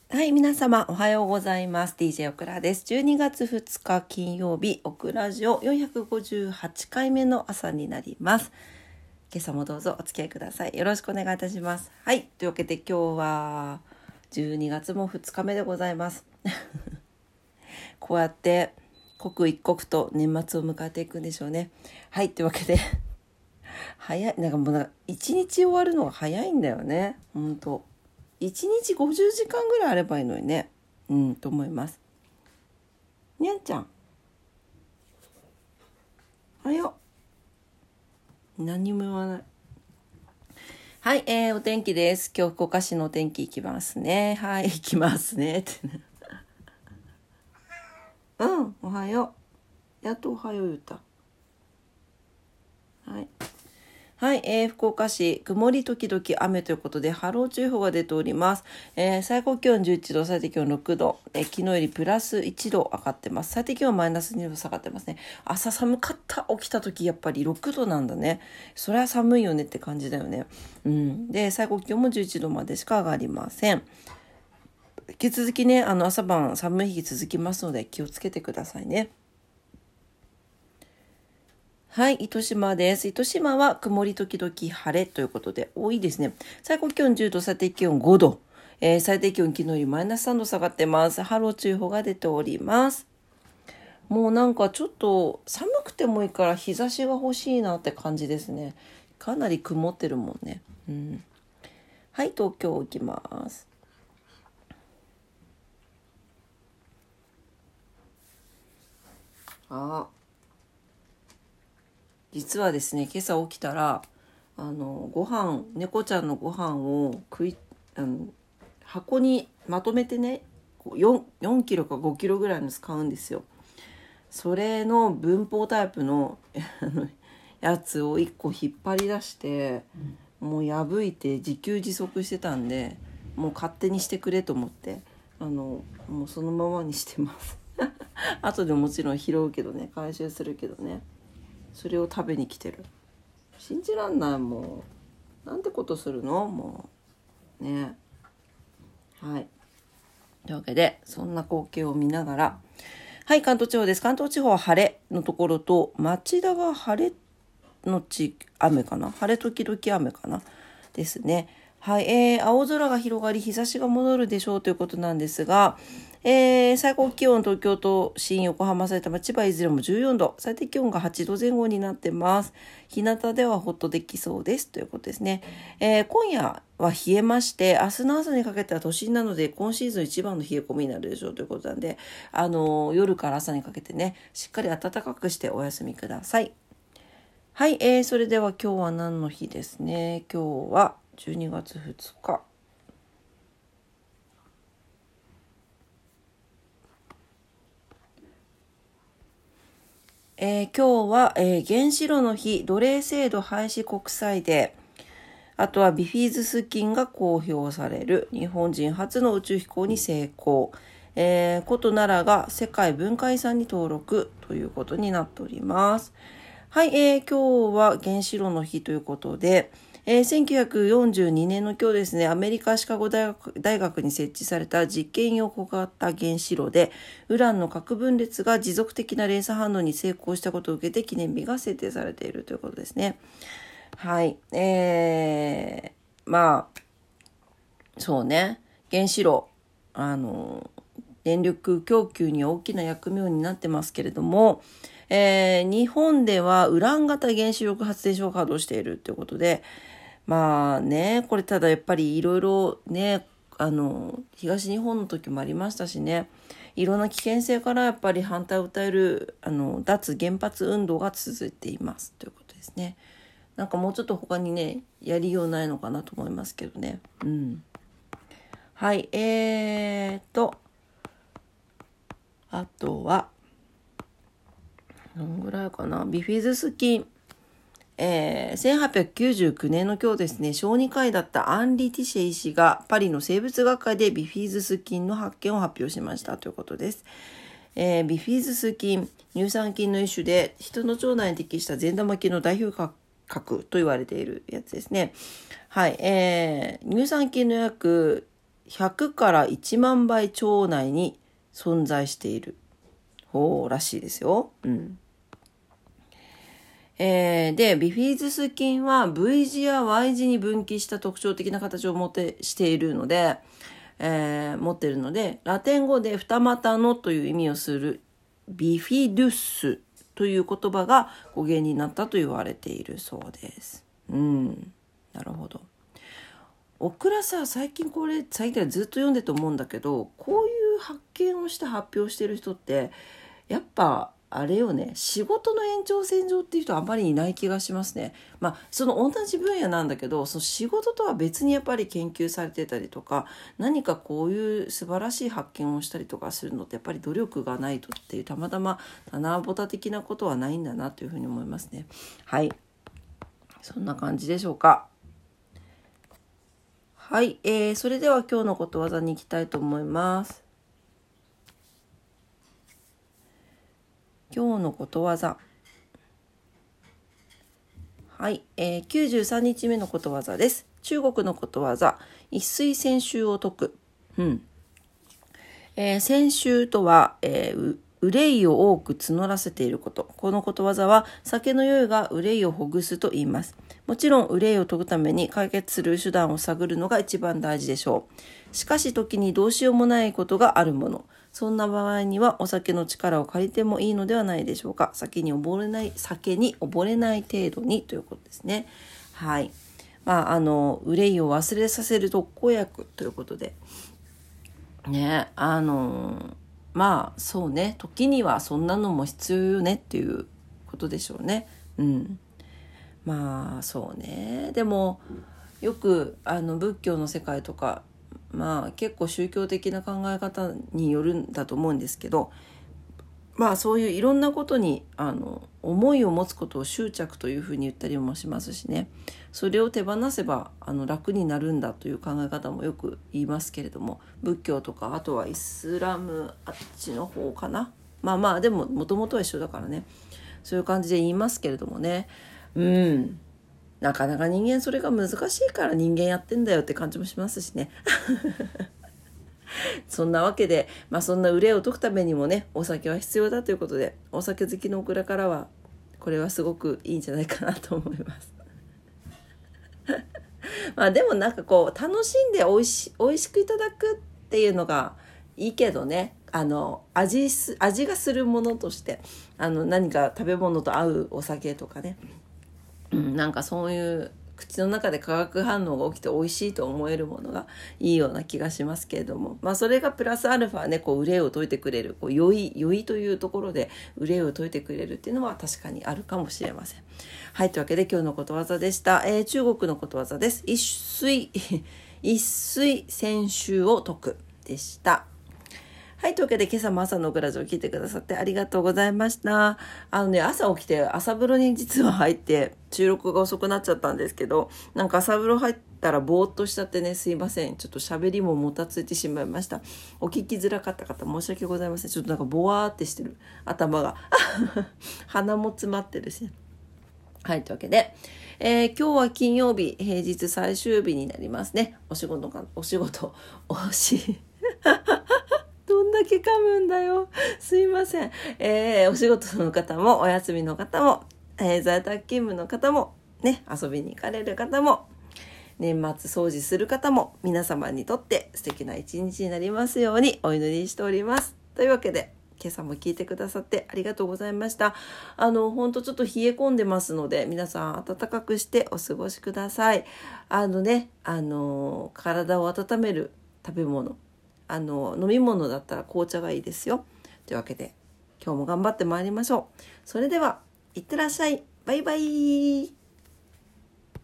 はい、皆様おはようございます。DJ オクラです。12月2日金曜日、オクラジオ458回目の朝になります。今朝もどうぞお付き合いください。よろしくお願いいたします。はい、というわけで今日は12月も2日目でございます。こうやって刻一刻と年末を迎えていくんでしょうね。はい、というわけで早い、もう一日終わるのが早いんだよね。本当。1日50時間ぐらいあればいいのにね。と思います。にゃんちゃん。おはよう。何も言わない。はい、お天気です。今日福岡市のお天気行きますね。はい、行きますね。ってね。おはよう。やっとおはよう言った。はい。はい、福岡市曇り時々雨ということで波浪注意報が出ております。最高気温11度、最低気温6度、昨日よりプラス1度上がってます。最低気温マイナス2度下がってますね。朝寒かった。起きた時やっぱり6度なんだね。それは寒いよねって感じだよね。で最高気温も11度までしか上がりません。引き続きね、朝晩寒い日続きますので気をつけてくださいね。はい、糸島です。糸島は曇り時々晴れということで多いですね。最高気温10度、最低気温5度。最低気温昨日よりマイナス3度下がってます。波浪注意報が出ております。もうなんかちょっと寒くてもいいから日差しが欲しいなって感じですね。かなり曇ってるもんね。はい、東京行きます。実はですね、今朝起きたら猫ちゃんのご飯を箱にまとめてね 4キロか5キロぐらいの使うんですよ。それの分包タイプのやつを1個引っ張り出して、もう破いて自給自足してたんで、もう勝手にしてくれと思ってもうそのままにしてます後でもちろん拾うけどね、回収するけどね、それを食べに来てる。信じらんない。もうなんてことするのもうね。はい、というわけでそんな光景を見ながら、はい、関東地方です。関東地方は晴れのところと、町田が晴れのち雨かな、晴れ時々雨かなですね。はい、青空が広がり日差しが戻るでしょうということなんですが、最高気温東京都心、横浜、埼玉、千葉いずれも14度、最低気温が8度前後になってます。日向ではほっとできそうですということですね。今夜は冷えまして、明日の朝にかけては都心なので今シーズン一番の冷え込みになるでしょうということなんで、夜から朝にかけてね、しっかり暖かくしてお休みください。はい、それでは今日は何の日ですね。今日は12月2日。今日は、原子炉の日、奴隷制度廃止国際デー、あとはビフィーズス菌が公表される、日本人初の宇宙飛行に成功、古都奈良が世界文化遺産に登録ということになっております。はい、今日は原子炉の日ということで、1942年の今日ですね、アメリカシカゴ大学に設置された実験用小型原子炉で、ウランの核分裂が持続的な連鎖反応に成功したことを受けて記念日が制定されているということですね。はい、そうね、原子炉、電力供給に大きな役目を担ってますけれども、日本ではウラン型原子力発電所が稼働しているということで、まあね、これただやっぱりいろいろね、東日本の時もありましたしね、いろんな危険性からやっぱり反対を訴える脱原発運動が続いていますということですね。なんかもうちょっと他にねやりようないのかなと思いますけどね。はい、あとはどんぐらいかな、ビフィズス菌、1899年の今日ですね、小児科医だったアンリ・ティシェ医師がパリの生物学会でビフィズス菌の発見を発表しましたということです。ビフィズス菌、乳酸菌の一種で人の腸内に適した善玉菌の代表格と言われているやつですね。はい、乳酸菌の約 100から1万倍腸内に存在しているらしいですよ。で、ビフィズス菌は V 字や Y 字に分岐した特徴的な形を持っているので、ラテン語で二股のという意味をするビフィドゥスという言葉が語源になったと言われているそうです。なるほど。オクラさ、最近からずっと読んでと思うんだけど、こういう発見をして発表してる人ってやっぱあれよね、仕事の延長線上っていう人はあんまりいない気がしますね。その同じ分野なんだけど、その仕事とは別にやっぱり研究されてたりとか、何かこういう素晴らしい発見をしたりとかするのってやっぱり努力がないとっていう、たまたま棚ぼた的なことはないんだなというふうに思いますね。はい、そんな感じでしょうか。はい、それでは今日のことわざに行きたいと思います。今日のことわざ。はい、93日目のことわざです。中国のことわざ、一水千秋を説く。千秋とは、憂いを多く募らせていること。このことわざは酒の酔いが憂いをほぐすと言います。もちろん憂いを解くために解決する手段を探るのが一番大事でしょう。しかし時にどうしようもないことがあるもの。そんな場合にはお酒の力を借りてもいいのではないでしょうか。酒に溺れない程度にということですね。はい。憂いを忘れさせる特効薬ということで。ね、そうね、時にはそんなのも必要よねっていうことでしょうね。そうね。でもよく仏教の世界とか結構宗教的な考え方によるんだと思うんですけど、そういういろんなことに思いを持つことを執着というふうに言ったりもしますしね、それを手放せば楽になるんだという考え方もよく言いますけれども、仏教とかあとはイスラムあっちの方かな、でももともとは一緒だからね、そういう感じで言いますけれどもね、なかなか人間それが難しいから人間やってんだよって感じもしますしねそんなわけで、そんな憂いを解くためにもね、お酒は必要だということで、お酒好きのオクラからはこれはすごくいいんじゃないかなと思いますでも楽しんでおいしくいただくっていうのがいいけどね、味がするものとして何か食べ物と合うお酒とかね、そういう口の中で化学反応が起きて美味しいと思えるものがいいような気がしますけれども、それがプラスアルファね、憂いを解いてくれる、酔いというところで憂いを解いてくれるっていうのは確かにあるかもしれません。はい、というわけで今日のことわざでした。中国のことわざです。一水千秋を解くでした。はい、というわけで今朝も朝のオクラジオを聞いてくださってありがとうございました。朝起きて朝風呂に実は入って収録が遅くなっちゃったんですけど、朝風呂入ったらぼーっとしちゃってね、すいません。ちょっと喋りももたついてしまいました。お聞きづらかった方申し訳ございません。ちょっとボワーってしてる頭が鼻も詰まってるし、はい、というわけで、今日は金曜日、平日最終日になりますね。お仕事どんだけ噛むんだよ。すいません。お仕事の方もお休みの方も、在宅勤務の方もね、遊びに行かれる方も、年末掃除する方も、皆様にとって素敵な一日になりますようにお祈りしております。というわけで、今朝も聞いてくださってありがとうございました。本当ちょっと冷え込んでますので、皆さん暖かくしてお過ごしください。体を温める食べ物、飲み物だったら紅茶がいいですよ。というわけで今日も頑張ってまいりましょう。それではいってらっしゃい。バイバイ。